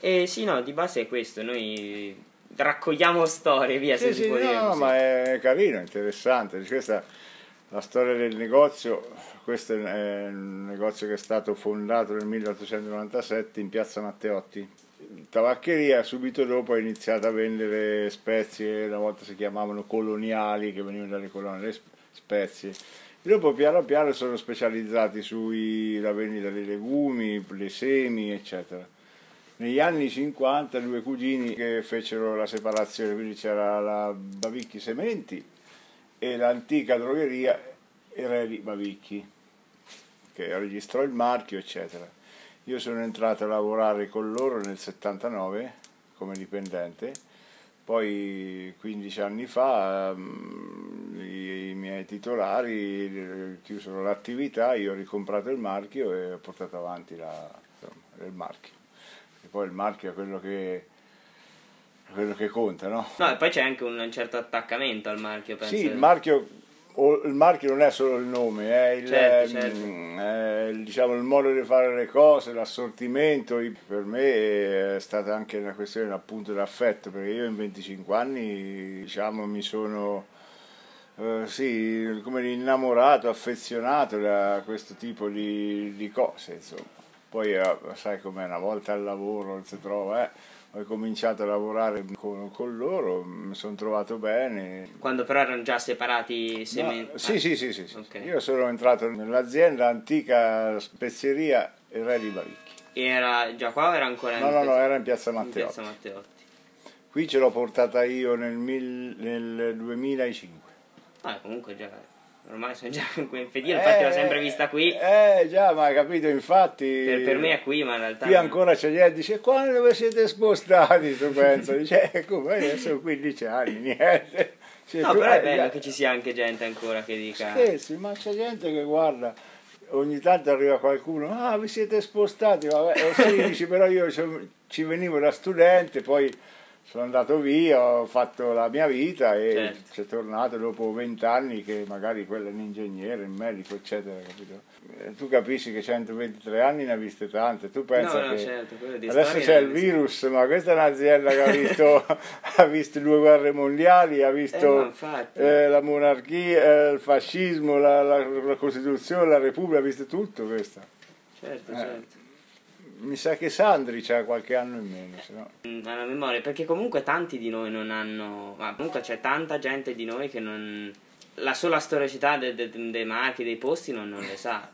Sì, no, di base è questo, noi raccogliamo storie, via, se si può dire no, così. ma è carino, interessante. Questa la storia del negozio. Questo è un negozio che è stato fondato nel 1897 in piazza Matteotti. Tabaccheria, subito dopo è iniziata a vendere spezie, una volta si chiamavano coloniali, che venivano dalle colonie, le spezie. E dopo piano piano sono specializzati sulla vendita dei legumi, dei semi, eccetera. Negli anni 50 due cugini che fecero la separazione, quindi c'era la Bavicchi Sementi e l'antica drogheria Ereli Bavicchi, che registrò il marchio, eccetera. Io sono entrato a lavorare con loro nel 79 come dipendente, poi 15 anni fa i miei titolari chiusero l'attività, io ho ricomprato il marchio e ho portato avanti il marchio. E poi il marchio è quello che conta, no? No, e poi c'è anche un certo attaccamento al marchio, penso. Sì, il marchio non è solo il nome, è diciamo, il modo di fare le cose, l'assortimento. Per me è stata anche una questione appunto d'affetto, perché io in 25 anni diciamo, mi sono come innamorato, affezionato da questo tipo di cose, insomma. Poi sai com'è, una volta al lavoro si trova, ho cominciato a lavorare con loro, mi sono trovato bene. Quando però erano già separati No, sì. Okay. Io sono entrato nell'azienda antica spezieria Re di Bavicchi. Era già qua o era ancora No, era in piazza in Matteotti. piazza Matteotti? Qui ce l'ho portata io nel 2005. Comunque già, ormai sono già qui in Fedile, infatti l'ho sempre vista qui. Già, ma hai capito, infatti. Per me è qui, ma in realtà. Qui ancora c'è gente, dice, quando dove siete spostati? Tu pensi, dice, come adesso 15 anni, niente. Cioè, no, però è bello che ci sia anche gente ancora che dica. Sì, ma c'è gente che guarda, ogni tanto arriva qualcuno, vi siete spostati, vabbè, sì, dice, però io ci venivo da studente, poi sono andato via, ho fatto la mia vita e certo. C'è tornato dopo 20 anni che magari quello è un ingegnere, un medico, eccetera, capito? Tu capisci che 123 anni ne ha viste tante, tu pensa no, che certo, adesso c'è il virus, ma questa è un'azienda che ha visto 2 guerre mondiali, ha visto la monarchia, il fascismo, la Costituzione, la Repubblica, ha visto tutto questa. Certo. Mi sa che Sandri c'ha qualche anno in meno, se no. Alla memoria, perché comunque tanti di noi non hanno, ma comunque c'è tanta gente di noi che non, la sola storicità dei marchi, dei posti non le sa.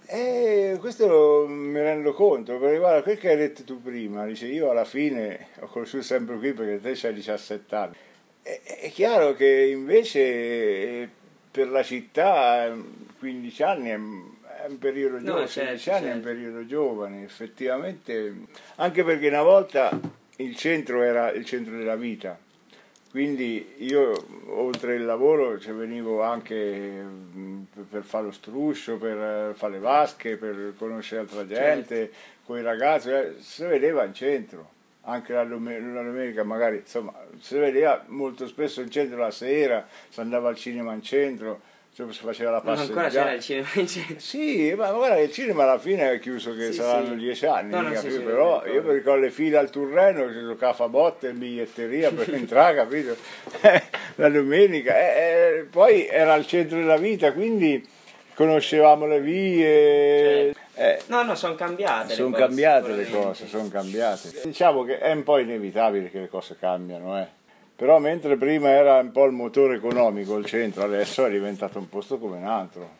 Questo mi rendo conto, perché guarda, quel che hai detto tu prima, dice io alla fine ho conosciuto sempre qui perché te c'hai 17 anni. È chiaro che invece per la città 15 anni è un periodo giovane, 16 anni è un periodo giovane, effettivamente, anche perché una volta il centro era il centro della vita, quindi io oltre il lavoro venivo anche per fare lo struscio, per fare le vasche, per conoscere altra gente, con i ragazzi, si vedeva in centro, anche la domenica magari, insomma, si vedeva molto spesso in centro la sera, si andava al cinema in centro, si faceva la passeggiata. Ancora c'era il cinema in centro. Sì, ma guarda, il cinema alla fine è chiuso che saranno 10 anni, però io mi ricordo le file al Turreno che si giocava a botte in biglietteria per entrare, capito? La domenica, poi era al centro della vita, quindi conoscevamo le vie. No, sono cambiate sono cambiate le cose, sono cambiate. Diciamo che è un po' inevitabile che le cose cambiano, Però mentre prima era un po' il motore economico il centro, adesso è diventato un posto come un altro,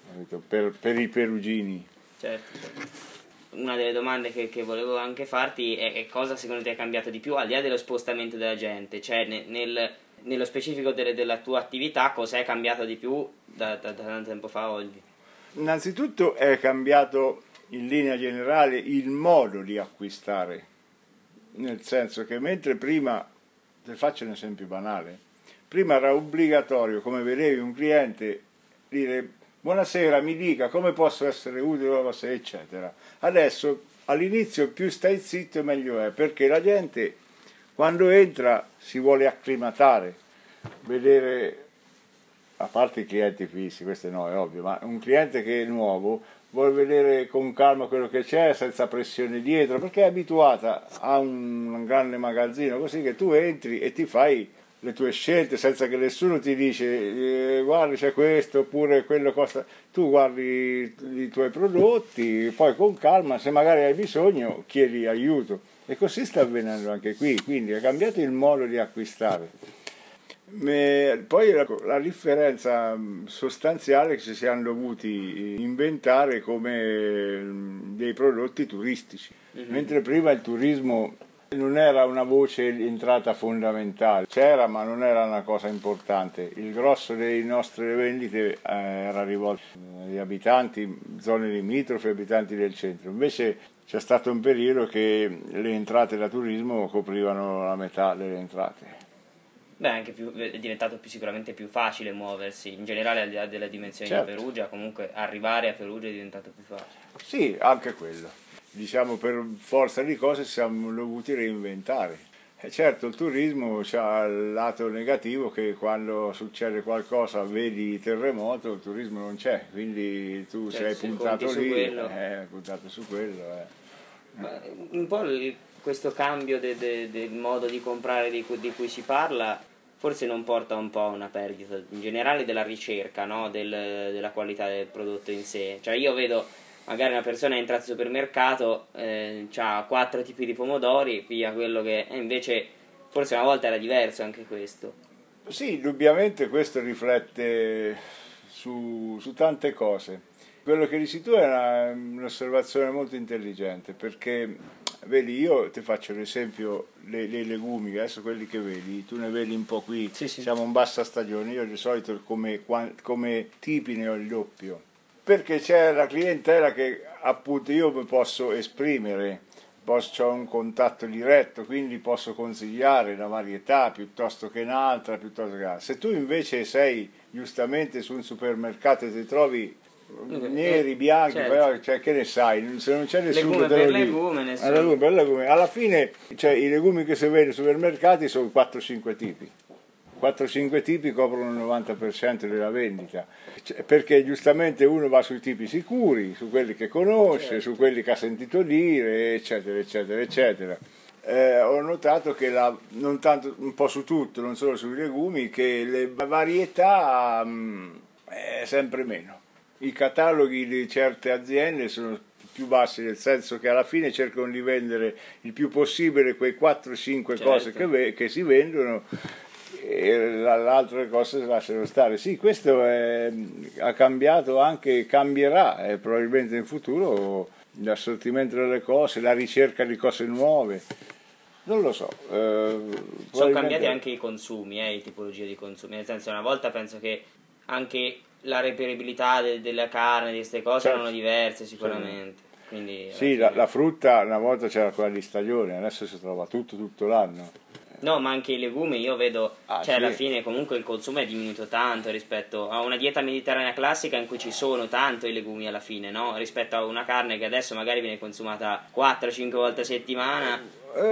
per i perugini. Certo. Una delle domande che volevo anche farti è cosa secondo te è cambiato di più, al di là dello spostamento della gente, cioè nello specifico della tua attività, cos'è cambiato di più da tanto tempo fa a oggi? Innanzitutto è cambiato in linea generale il modo di acquistare, nel senso che mentre prima, ti faccio un esempio banale, prima era obbligatorio, come vedevi un cliente, dire buonasera, mi dica come posso essere utile, eccetera. Adesso all'inizio più stai zitto meglio è, perché la gente quando entra si vuole acclimatare, vedere, a parte i clienti fissi, questo no, è ovvio, ma un cliente che è nuovo vuole vedere con calma quello che c'è senza pressione dietro, perché è abituata a un grande magazzino, così che tu entri e ti fai le tue scelte senza che nessuno ti dice guarda c'è questo oppure quello costa. Tu guardi i tuoi prodotti, poi con calma, se magari hai bisogno chiedi aiuto, e così sta avvenendo anche qui, quindi è cambiato il modo di acquistare. Poi la differenza sostanziale che si hanno dovuti inventare come dei prodotti turistici, mentre prima il turismo non era una voce di entrata fondamentale, c'era ma non era una cosa importante, il grosso delle nostre vendite era rivolto agli abitanti, zone limitrofe, abitanti del centro, invece c'è stato un periodo che le entrate da turismo coprivano la metà delle entrate. Beh, anche è diventato sicuramente più facile muoversi, in generale al di là della dimensione Certo. di Perugia, comunque arrivare a Perugia è diventato più facile. Sì, anche quello. Diciamo per forza di cose siamo dovuti reinventare. E certo il turismo ha il lato negativo che quando succede qualcosa, vedi terremoto, il turismo non c'è, quindi tu sei puntato lì, puntato su quello. Ma un po' questo cambio del modo di comprare di cui si parla forse non porta un po' a una perdita in generale della ricerca, no? Della qualità del prodotto in sé. Cioè io vedo magari una persona entra al supermercato, ha 4 tipi di pomodori, piglia quello che invece forse una volta era diverso anche questo. Sì, indubbiamente questo riflette su tante cose. Quello che dici tu è un'osservazione molto intelligente, perché vedi, io ti faccio l'esempio dei legumi, adesso quelli che vedi, tu ne vedi un po' qui, sì. Siamo in bassa stagione, io di solito come tipi ne ho il doppio, perché c'è la clientela che appunto io mi posso esprimere, ho un contatto diretto, quindi posso consigliare una varietà piuttosto che un'altra, Se tu invece sei giustamente su un supermercato e ti trovi neri, bianchi, certo. Cioè, che ne sai, se non c'è nessuno legume te lo per dice. legume, nessuno. Per legume. Alla fine i legumi che si vedono nei supermercati sono 4-5 tipi. 4-5 tipi coprono il 90% della vendita, perché giustamente uno va sui tipi sicuri, su quelli che conosce, certo. Su quelli che ha sentito dire, eccetera, eccetera, eccetera. Ho notato che non tanto, un po' su tutto, non solo sui legumi, che la varietà è sempre meno. I cataloghi di certe aziende sono più bassi, nel senso che alla fine cercano di vendere il più possibile quei 4-5 cose che si vendono, e le altre cose si lasciano stare. Sì, questo ha cambiato anche, cambierà probabilmente in futuro l'assortimento delle cose, la ricerca di cose nuove. Non lo so. Sono cambiati anche i consumi, le tipologie di consumi, nel senso una volta penso che anche la reperibilità della carne, di queste cose erano diverse sicuramente. Quindi, sì, la frutta una volta c'era quella di stagione, adesso si trova tutto l'anno. No, ma anche i legumi io vedo, sì. Alla fine comunque il consumo è diminuito tanto rispetto a una dieta mediterranea classica in cui ci sono tanto i legumi alla fine, no? Rispetto a una carne che adesso magari viene consumata 4-5 volte a settimana.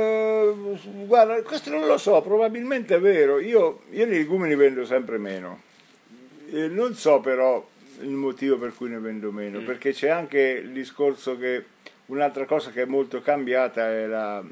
Guarda, questo non lo so, probabilmente è vero, io i legumi li vendo sempre meno, non so però il motivo per cui ne vendo meno, perché c'è anche il discorso che un'altra cosa che è molto cambiata è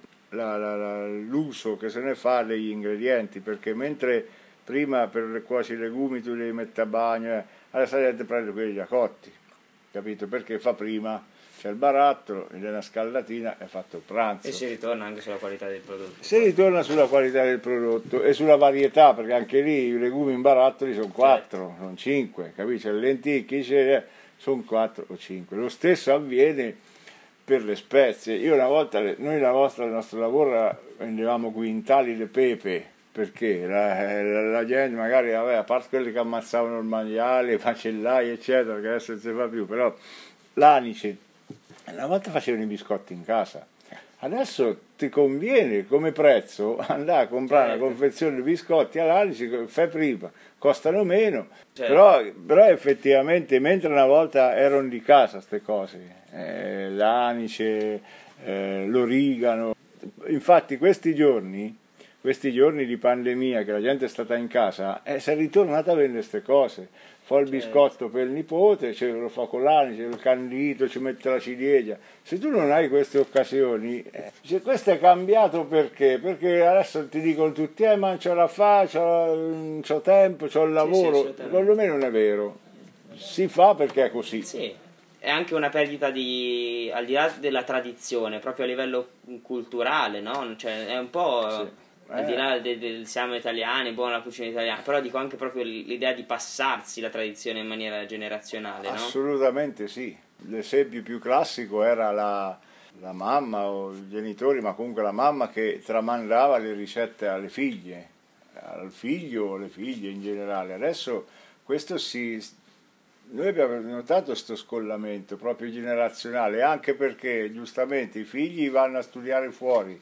l'uso che se ne fa degli ingredienti, perché mentre prima per cuocere i legumi tu li metti a bagno, adesso la gente prende quelli già cotti, capito? Perché fa prima, c'è il barattolo, ed è una scaldatina, è fatto il pranzo. E si ritorna anche sulla qualità del prodotto. Si ritorna sulla qualità del prodotto e sulla varietà, perché anche lì i legumi in barattoli sono 4, sono 5, capisci? Le lenticchie sono 4 o 5. Lo stesso avviene per le spezie. Io una volta, noi il nostro lavoro vendevamo quintali di pepe, perché la gente magari aveva, a parte quelli che ammazzavano il maiale, i macellai eccetera, che adesso non si fa più, però l'anice, una volta facevano i biscotti in casa, adesso ti conviene come prezzo andare a comprare una confezione di biscotti all'anice, fai prima, costano meno, però effettivamente mentre una volta erano di casa queste cose, l'anice, l'origano, infatti questi giorni questi giorni di pandemia che la gente è stata in casa, si è ritornata a vendere queste cose. Fa il biscotto per il nipote, ce lo fa con l'anice, il candito, ci mette la ciliegia. Se tu non hai queste occasioni, questo è cambiato perché? Perché adesso ti dicono tutti, ma non ce la fa, c'ho tempo, c'ho il lavoro. Secondo me non è vero. Si fa perché è così. Sì, è anche una perdita al di là della tradizione, proprio a livello culturale, no? Cioè, è un po'... Sì. Al di là del siamo italiani, buona la cucina italiana, però dico anche proprio l'idea di passarsi la tradizione in maniera generazionale, no? Assolutamente sì. L'esempio più classico era la mamma o i genitori, ma comunque la mamma che tramandava le ricette alle figlie, al figlio o alle figlie in generale. Adesso questo noi abbiamo notato questo scollamento proprio generazionale, anche perché giustamente i figli vanno a studiare fuori.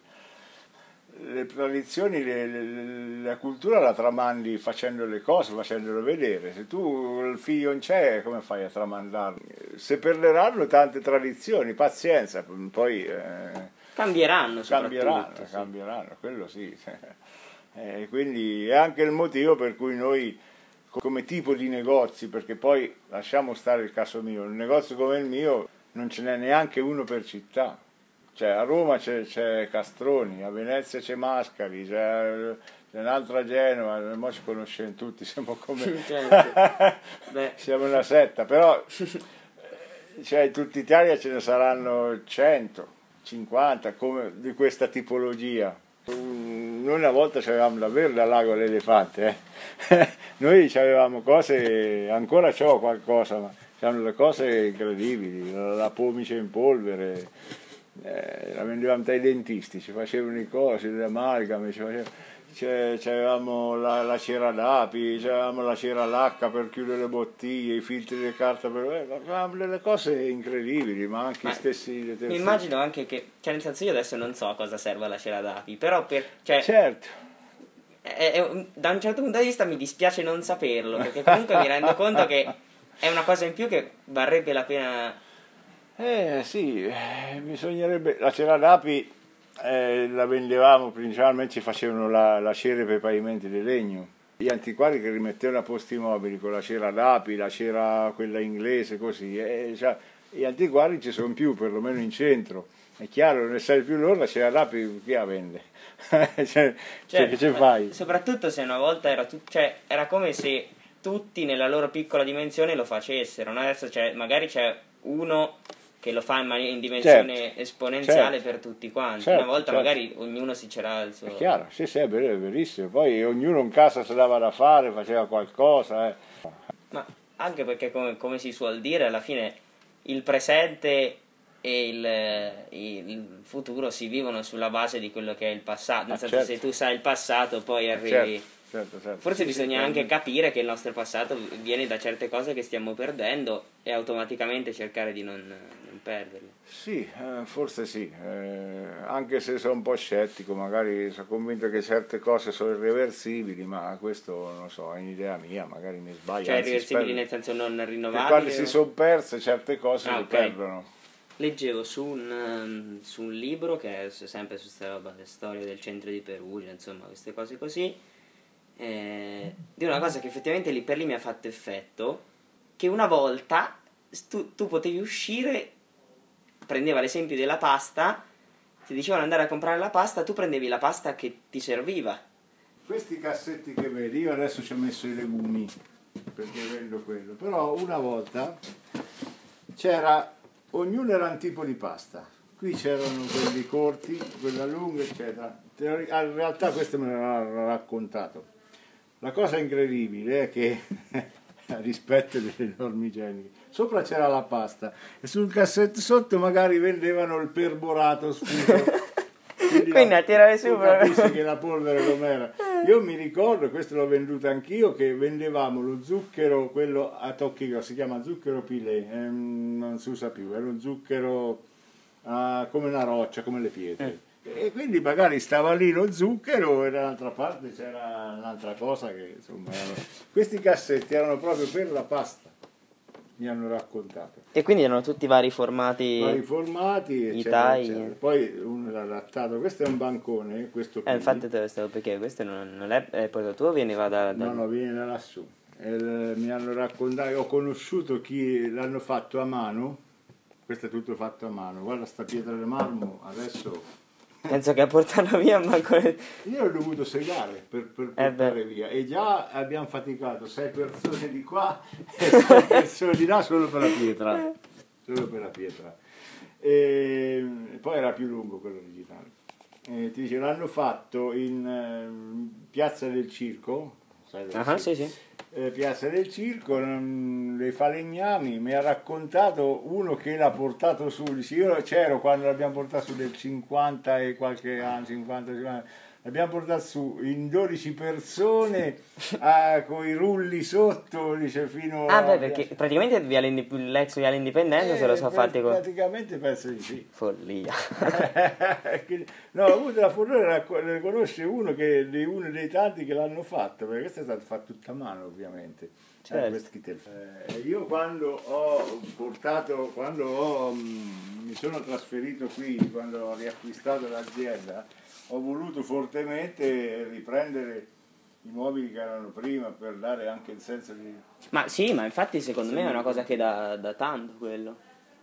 Le tradizioni, la cultura la tramandi facendo le cose, facendolo vedere. Se tu il figlio non c'è, come fai a tramandarlo? Se perderanno tante tradizioni, pazienza, poi cambieranno, cambieranno, quello sì. Quindi è anche il motivo per cui noi, come tipo di negozi, perché poi lasciamo stare il caso mio, un negozio come il mio non ce n'è neanche uno per città. Cioè, a Roma c'è Castroni, a Venezia c'è Mascali, c'è un'altra a Genova, mo ci conosciamo tutti, siamo come... siamo una setta, però cioè, in tutta Italia ce ne saranno 100, 50 come di questa tipologia. Noi una volta avevamo davvero la Lago all'Elefante, noi avevamo cose, ancora c'ho qualcosa, ma c'hanno le cose incredibili, la pomice in polvere. La vendevamo dai dentisti, ci facevano i cosi, le amalgame, c'avevamo la cera d'api, c'avevamo la cera lacca per chiudere le bottiglie, i filtri di carta avevamo delle cose incredibili, ma anche i stessi detersivi. Mi immagino anche che, cioè nel senso io adesso non so a cosa serva la cera d'api, però certo. Da un certo punto di vista mi dispiace non saperlo, perché comunque mi rendo conto che è una cosa in più che varrebbe la pena... Sì, bisognerebbe... La cera d'api la vendevamo principalmente, ci facevano la cera per i pavimenti di legno. Gli antiquari che rimettevano a posti mobili con la cera d'api, la cera quella inglese, così. Gli antiquari ci sono più, perlomeno in centro. È chiaro, non sai più loro, la cera d'api chi la vende? Che ce fai? Soprattutto se una volta era come se tutti nella loro piccola dimensione lo facessero, no? Adesso magari c'è uno che lo fa in dimensione esponenziale per tutti quanti. Una volta magari ognuno si c'era il suo... È chiaro, sì, è verissimo. Poi ognuno in casa si dava da fare, faceva qualcosa. Ma anche perché, come si suol dire, alla fine il presente e il futuro si vivono sulla base di quello che è il passato. Nel senso, se tu sai il passato, poi arrivi... Certo. Forse bisogna anche capire che il nostro passato viene da certe cose che stiamo perdendo e automaticamente cercare di non perderle. Sì, forse sì, anche se sono un po' scettico, magari sono convinto che certe cose sono irreversibili, ma questo non so, è un'idea mia, magari mi sbaglio. Cioè irreversibili nel senso non rinnovabili? Quando si sono perse certe cose si perdono. Leggevo su un libro che è sempre su questa roba, le storie del centro di Perugia, insomma queste cose così, di una cosa che effettivamente lì per lì mi ha fatto effetto, che una volta tu potevi uscire, prendeva l'esempio della pasta, ti dicevano andare a comprare la pasta, tu prendevi la pasta che ti serviva. Questi cassetti che vedi, io adesso ci ho messo i legumi perché vendo quello, però una volta ognuno era un tipo di pasta, qui c'erano quelli corti, quella lunga eccetera. In realtà questo me l'ha raccontato. La cosa incredibile è che a rispetto delle norme igieniche, sopra c'era la pasta e sul cassetto sotto magari vendevano il perborato sfuso. Quindi a tirare su capisci che la polvere com'era. Io mi ricordo, questo l'ho venduto anch'io, che vendevamo lo zucchero, quello a tocchi, si chiama zucchero pilé, non si usa più, era un zucchero come una roccia, come le pietre. E quindi magari stava lì lo zucchero e dall'altra parte c'era un'altra cosa che insomma questi cassetti erano proprio per la pasta. mi hanno raccontato. E quindi erano tutti vari formati, I tagli. Poi uno l'ha adattato, questo è un bancone, questo qui. Infatti te lo stavo perché questo non è proprio tuo, veniva No, viene da lassù. Mi hanno raccontato, ho conosciuto chi l'hanno fatto a mano, questo è tutto fatto a mano, guarda sta pietra di marmo, adesso... Penso che a portarlo via manco... Io ho dovuto segare per portare via e già abbiamo faticato 6 persone di qua e 6 persone di là solo per la pietra. Solo per la pietra. E poi era più lungo quello originale. Ti dice, l'hanno fatto in Piazza del Circo, sai dove sì. Piazza del Circo, dei falegnami, mi ha raccontato uno che l'ha portato su, dice, io c'ero quando l'abbiamo portato su del 50 e qualche anno, 50, l'abbiamo portato su in 12 persone con i rulli sotto, dice, fino a... perché praticamente l'ex Viale Indipendenza se lo sono fatti con... Praticamente penso di sì. Follia. No, ho avuto la fortuna di conoscere uno dei tanti che l'hanno fatto, perché questo è stato fatto tutta a mano ovviamente. Certo. Io quando mi sono trasferito qui, quando ho riacquistato l'azienda, ho voluto fortemente riprendere i mobili che erano prima per dare anche il senso di... Ma sì, ma infatti secondo me è una cosa che dà tanto quello.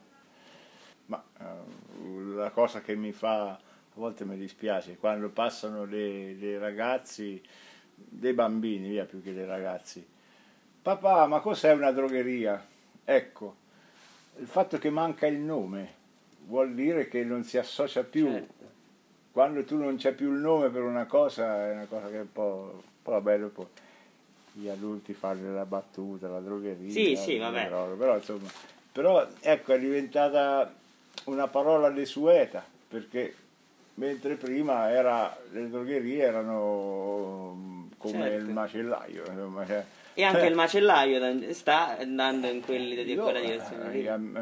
Ma la cosa che mi fa, a volte mi dispiace, quando passano dei ragazzi, dei bambini, via più che dei ragazzi. Papà, ma cos'è una drogheria? Ecco, il fatto che manca il nome vuol dire che non si associa più. Certo. Quando tu non c'è più il nome per una cosa, è una cosa che è un po' vabbè, dopo gli adulti fanno la battuta, la drogheria, sì, vabbè. Droga, però insomma, ecco, è diventata una parola desueta, perché mentre prima le drogherie erano come certo. il macellaio, insomma, cioè, e anche il macellaio sta andando in quella direzione.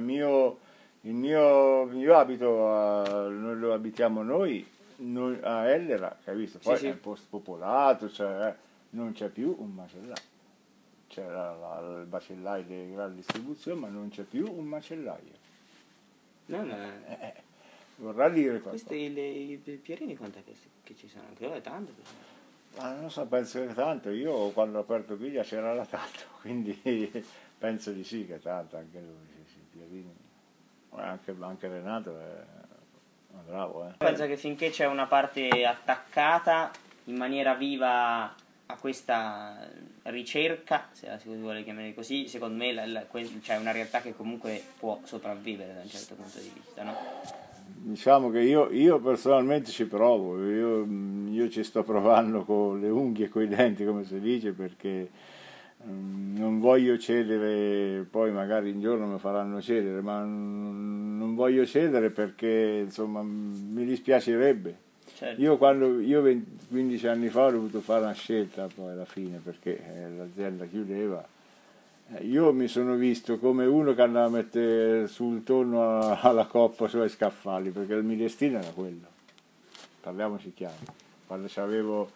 Il mio abito, noi lo abitiamo noi a Ellera, che hai visto, poi sì. è un posto popolato, cioè, non c'è più un macellaio. C'era il macellaio di grande distribuzione, ma non c'è più un macellaio. No, ma... vorrà dire qualcosa. Questi i Pierini quant'è che ci sono? Credo è tanto. Ma non so, penso che tanto. Io quando ho aperto Piglia c'era la tanto, quindi penso di sì che è tanto anche lui, sì, Pierini. Anche Renato è bravo. Penso che finché c'è una parte attaccata in maniera viva a questa ricerca, se la si vuole chiamare così, secondo me c'è una realtà che comunque può sopravvivere da un certo punto di vista, no? Diciamo che io personalmente ci provo, io ci sto provando con le unghie e con i denti, come si dice, perché non voglio cedere, poi magari un giorno mi faranno cedere, ma non voglio cedere perché insomma mi dispiacerebbe. Certo. Io 15 anni fa ho dovuto fare una scelta poi alla fine perché l'azienda chiudeva. Io mi sono visto come uno che andava a mettere sul tonno alla coppa sui scaffali, perché il mio destino era quello. Parliamoci chiaro. Quando avevo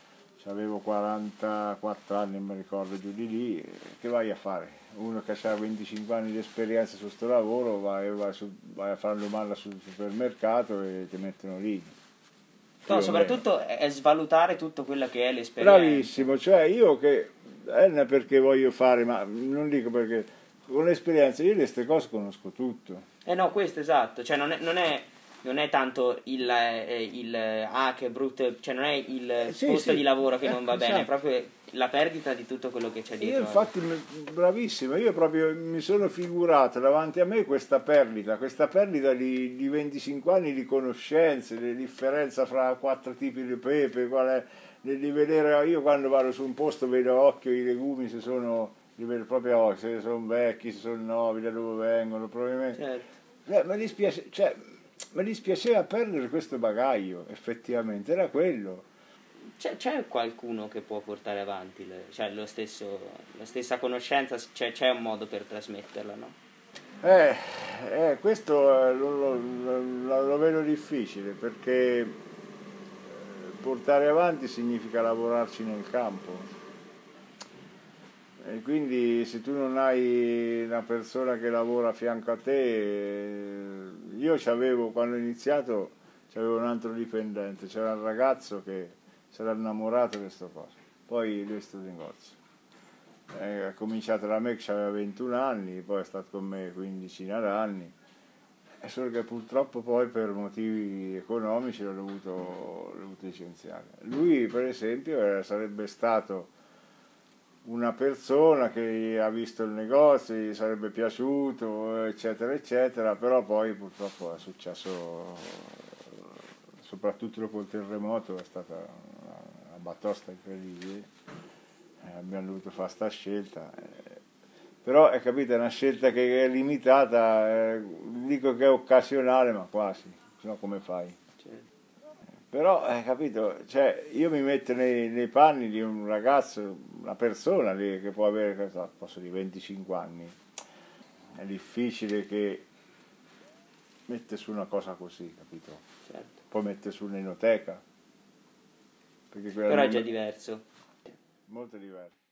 44 anni, mi ricordo, giù di lì, che vai a fare? Uno che ha 25 anni di esperienza su sto lavoro, vai a fare domanda sul supermercato e ti mettono lì. No, soprattutto è svalutare tutto quello che è l'esperienza. Bravissimo, cioè io che perché voglio fare, ma non dico perché con l'esperienza io di queste cose conosco tutto. No, questo esatto, cioè non è tanto il che è brutto, cioè non è il posto di lavoro che non va bene, è proprio la perdita di tutto quello che c'è dietro. Io infatti, bravissimo, io proprio mi sono figurato davanti a me questa perdita di 25 anni di conoscenze, di differenza fra 4 tipi di pepe, di vedere, io quando vado su un posto vedo a occhio i legumi se sono, li vedo proprio a occhio, se sono vecchi, se sono nuovi, da dove vengono, probabilmente. Certo. Mi dispiaceva perdere questo bagaglio, effettivamente, era quello. C'è qualcuno che può portare avanti la stessa conoscenza, c'è un modo per trasmetterla, no? Questo lo vedo difficile perché portare avanti significa lavorarci nel campo. E quindi se tu non hai una persona che lavora a fianco a te, io c'avevo, quando ho iniziato, c'avevo un altro dipendente, c'era un ragazzo che si era innamorato di questa cosa, poi lui è stato in negozio. Ha cominciato da me che aveva 21 anni, poi è stato con me quindicina d'anni, è solo che purtroppo poi per motivi economici l'ho dovuto licenziare. Lui per esempio sarebbe stato una persona che ha visto il negozio, gli sarebbe piaciuto, eccetera, eccetera, però poi purtroppo è successo, soprattutto dopo il terremoto, è stata una batosta incredibile, abbiamo dovuto fare questa scelta, però è capito, è una scelta che è limitata, dico che è occasionale, ma quasi, se no come fai? Certo. Però, hai capito, cioè, io mi metto nei panni di un ragazzo, una persona lì che può avere, posso dire, 25 anni. È difficile che mette su una cosa così, capito? Certo. Poi mette su un'enoteca. Perché Però è già diverso. molto diverso.